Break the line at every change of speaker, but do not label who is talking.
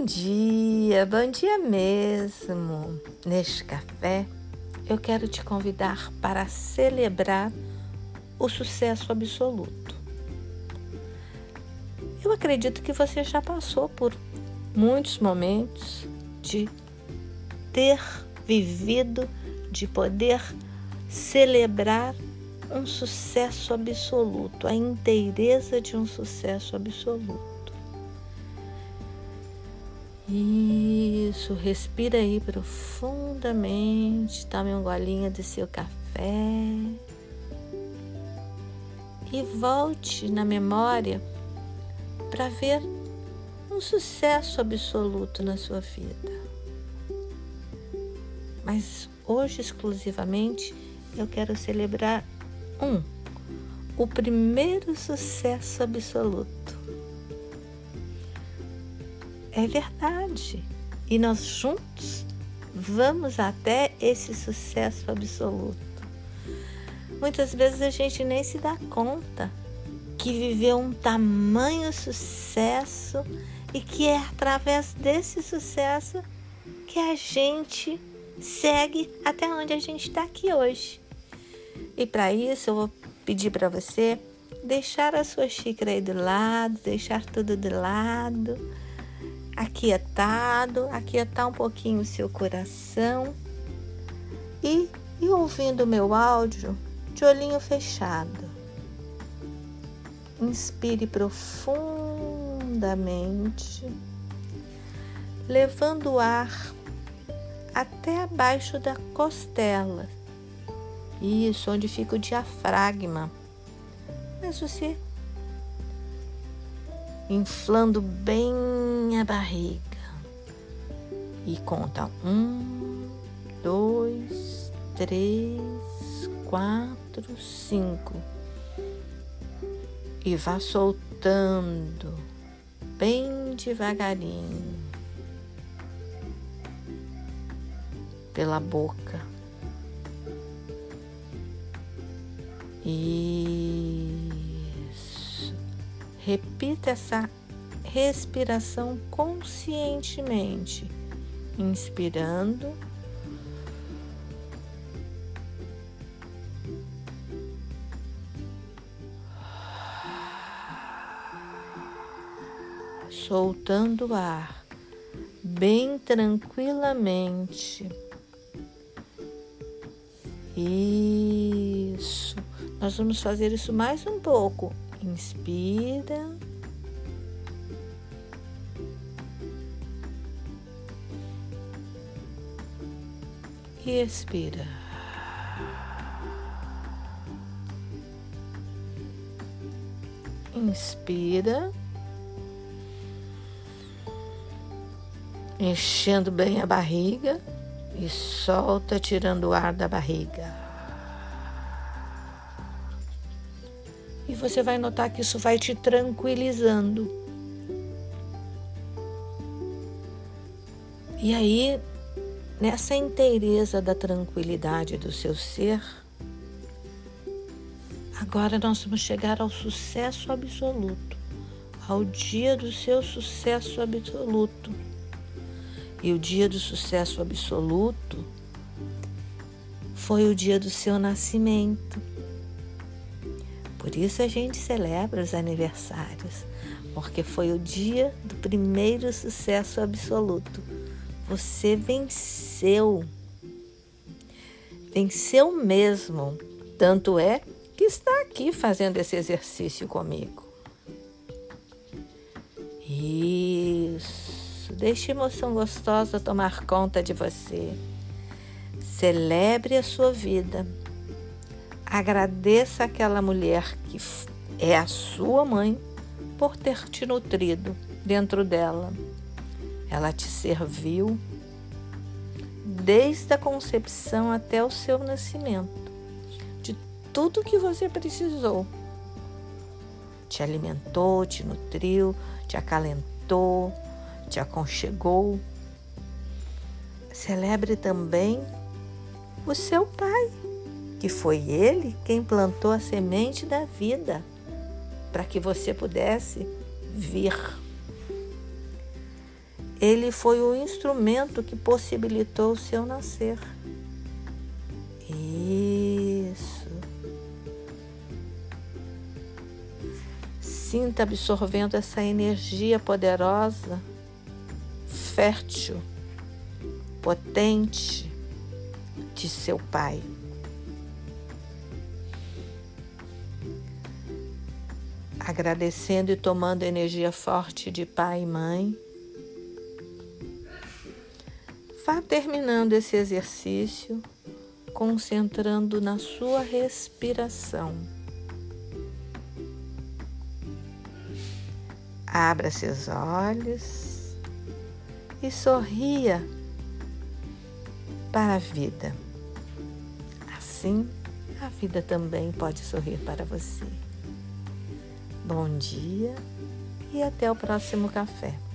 bom dia mesmo. Neste café, eu quero te convidar para celebrar o sucesso absoluto. Eu acredito que você já passou por muitos momentos de ter vivido, de poder celebrar um sucesso absoluto, a inteireza de um sucesso absoluto. Isso, respira aí profundamente, tome um golinho do seu café e volte na memória para ver um sucesso absoluto na sua vida. Mas hoje, exclusivamente, eu quero celebrar o primeiro sucesso absoluto. É verdade. E nós juntos vamos até esse sucesso absoluto. Muitas vezes a gente nem se dá conta que viveu um tamanho sucesso e que é através desse sucesso que a gente segue até onde a gente está aqui hoje. E para isso eu vou pedir para você deixar a sua xícara aí do lado, deixar tudo de lado, aquietar um pouquinho o seu coração e ouvindo o meu áudio de olhinho fechado. Inspire profundamente, levando o ar até abaixo da costela. Isso, onde fica o diafragma. Mas você inflando bem a barriga. E conta 1, 2, 3, 4, 5. E vá soltando bem devagarinho pela boca. Isso. Repita essa respiração conscientemente, inspirando, soltando o ar bem tranquilamente. Isso. Nós vamos fazer isso mais um pouco. Inspira. E expira. Inspira. Enchendo bem a barriga. E solta, tirando o ar da barriga. E você vai notar que isso vai te tranquilizando. E aí, nessa inteireza da tranquilidade do seu ser, agora nós vamos chegar ao sucesso absoluto, ao dia do seu sucesso absoluto. E o dia do sucesso absoluto foi o dia do seu nascimento. Por isso a gente celebra os aniversários, porque foi o dia do primeiro sucesso absoluto. Você venceu. Venceu mesmo. Tanto é que está aqui fazendo esse exercício comigo. Isso. Deixe a emoção gostosa tomar conta de você. Celebre a sua vida. Agradeça aquela mulher que é a sua mãe por ter te nutrido dentro dela. Ela te serviu desde a concepção até o seu nascimento, de tudo que você precisou. Te alimentou, te nutriu, te acalentou, te aconchegou. Celebre também o seu pai, que foi ele quem plantou a semente da vida para que você pudesse vir. Ele foi o instrumento que possibilitou o seu nascer. Isso. Sinta absorvendo essa energia poderosa, fértil, potente de seu pai. Agradecendo e tomando energia forte de pai e mãe. Vá terminando esse exercício, concentrando na sua respiração. Abra seus olhos e sorria para a vida. Assim, a vida também pode sorrir para você. Bom dia e até o próximo café.